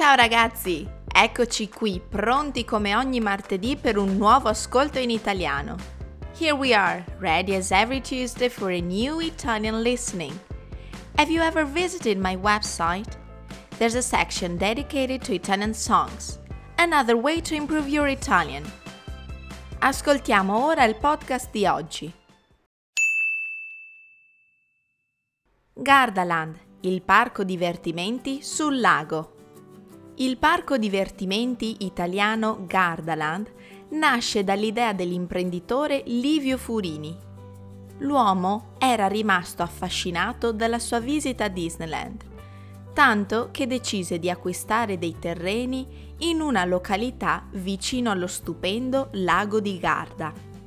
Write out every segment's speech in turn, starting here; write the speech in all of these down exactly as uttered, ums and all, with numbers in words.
Ciao ragazzi, eccoci qui pronti come ogni martedì per un nuovo ascolto in italiano. Here we are, ready as every Tuesday for a new Italian listening. Have you ever visited my website? There's a section dedicated to Italian songs, another way to improve your Italian. Ascoltiamo ora il podcast di oggi. Gardaland, il parco divertimenti sul lago. Il parco divertimenti italiano Gardaland nasce dall'idea dell'imprenditore Livio Furini. L'uomo era rimasto affascinato dalla sua visita a Disneyland, tanto che decise di acquistare dei terreni in una località vicino allo stupendo lago di Garda.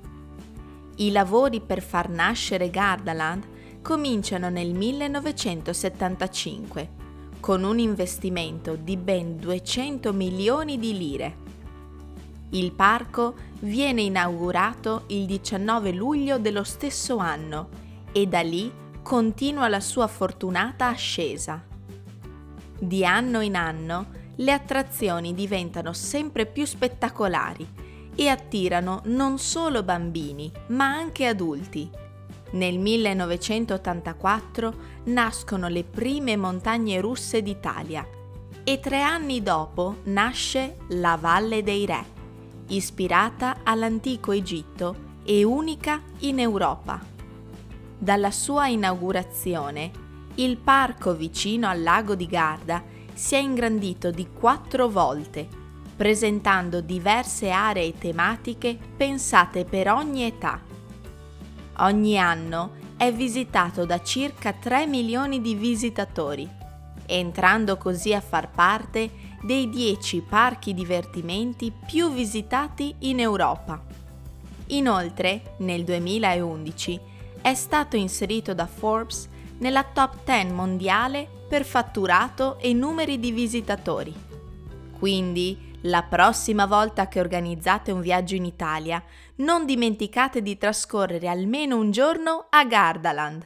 I lavori per far nascere Gardaland cominciano nel millenovecentosettantacinque con un investimento di ben duecento milioni di lire. Il parco viene inaugurato il diciannove luglio dello stesso anno e da lì continua la sua fortunata ascesa. Di anno in anno le attrazioni diventano sempre più spettacolari e attirano non solo bambini, ma anche adulti. Nel millenovecentottantaquattro nascono le prime montagne russe d'Italia e tre anni dopo nasce la Valle dei Re, ispirata all'antico Egitto e unica in Europa. Dalla sua inaugurazione, il parco vicino al lago di Garda si è ingrandito di quattro volte, presentando diverse aree tematiche pensate per ogni età. Ogni anno è visitato da circa tre milioni di visitatori, entrando così a far parte dei dieci parchi divertimenti più visitati in Europa. Inoltre, nel duemilaundici è stato inserito da Forbes nella top dieci mondiale per fatturato e numeri di visitatori. Quindi, la prossima volta che organizzate un viaggio in Italia, non dimenticate di trascorrere almeno un giorno a Gardaland.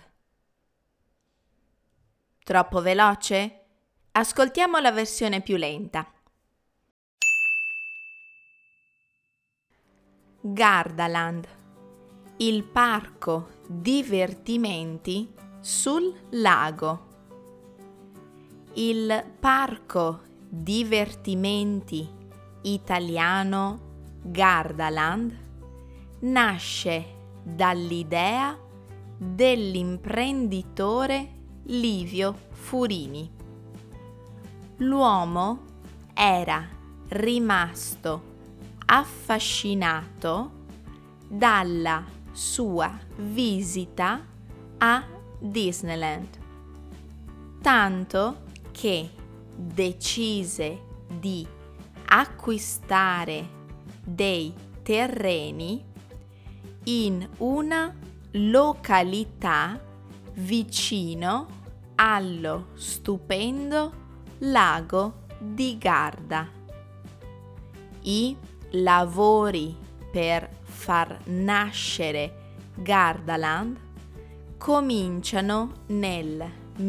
Troppo veloce? Ascoltiamo la versione più lenta. Gardaland, il parco divertimenti sul lago. Il parco divertimenti italiano Gardaland nasce dall'idea dell'imprenditore Livio Furini. L'uomo era rimasto affascinato dalla sua visita a Disneyland, tanto che decise di acquistare dei terreni in una località vicino allo stupendo lago di Garda. I lavori per far nascere Gardaland cominciano nel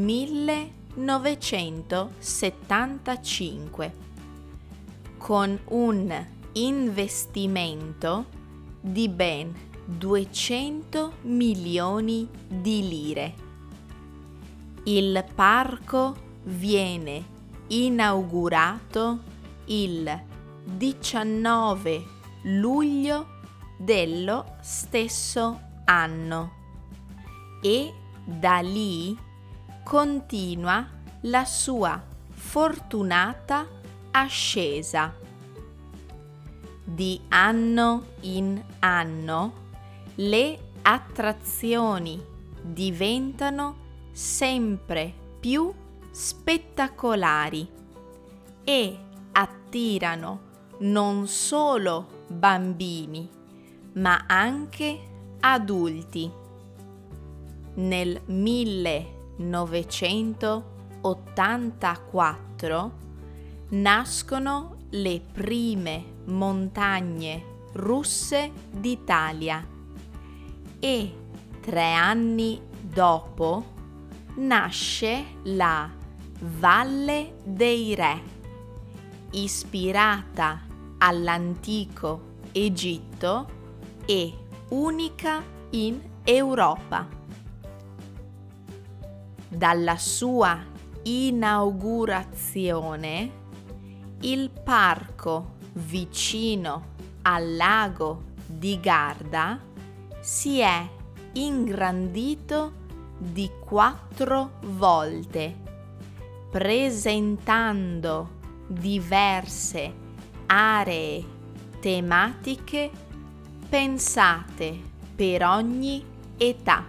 millenovecentosettantacinque con un investimento di ben duecento milioni di lire. Il parco viene inaugurato il diciannove luglio dello stesso anno e da lì continua la sua fortunata ascesa. Di anno in anno le attrazioni diventano sempre più spettacolari e attirano non solo bambini, ma anche adulti. Nel millenovecentottantaquattro nascono le prime montagne russe d'Italia e tre anni dopo nasce la Valle dei Re, ispirata all'antico Egitto e unica in Europa. Dalla sua inaugurazione, il parco vicino al lago di Garda si è ingrandito di quattro volte, presentando diverse aree tematiche pensate per ogni età.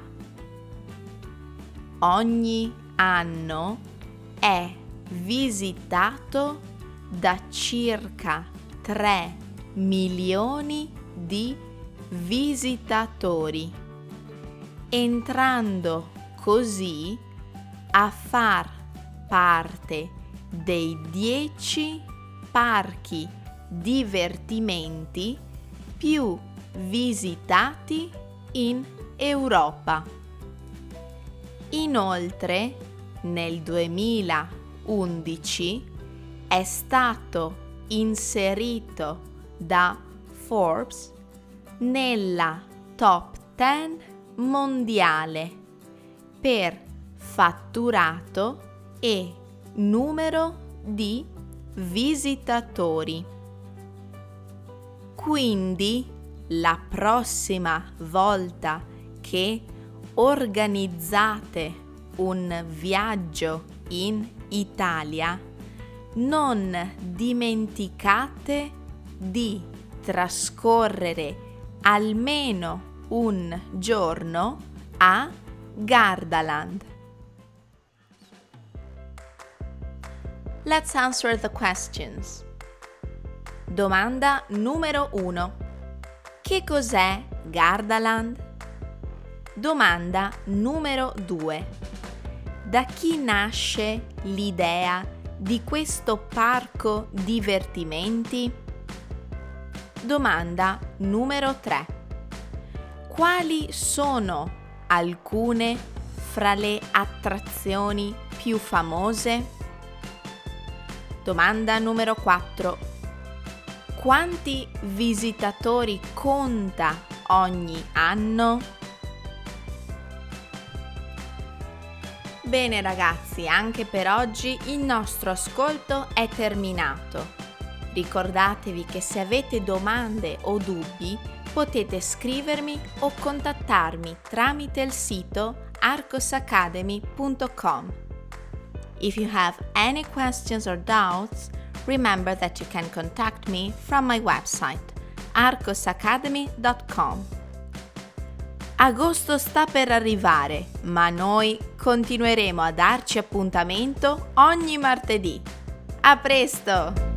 Ogni anno è visitato da circa tre milioni di visitatori, entrando così a far parte dei dieci parchi divertimenti più visitati in Europa. Inoltre, nel duemilaundici è stato inserito da Forbes nella top dieci mondiale per fatturato e numero di visitatori. Quindi, la prossima volta che organizzate un viaggio in Italia, non dimenticate di trascorrere almeno un giorno a Gardaland. Let's answer the questions. Domanda numero uno. Che cos'è Gardaland? Domanda numero due. Da chi nasce l'idea di questo parco divertimenti? Domanda numero tre. Quali sono alcune fra le attrazioni più famose? Domanda numero quattro. Quanti visitatori conta ogni anno? Bene ragazzi, anche per oggi il nostro ascolto è terminato. Ricordatevi che se avete domande o dubbi potete scrivermi o contattarmi tramite il sito arcos academy punto com. If you have any questions or doubts, remember that you can contact me from my website arcos academy dot com. Agosto sta per arrivare, ma noi continueremo a darci appuntamento ogni martedì. A presto!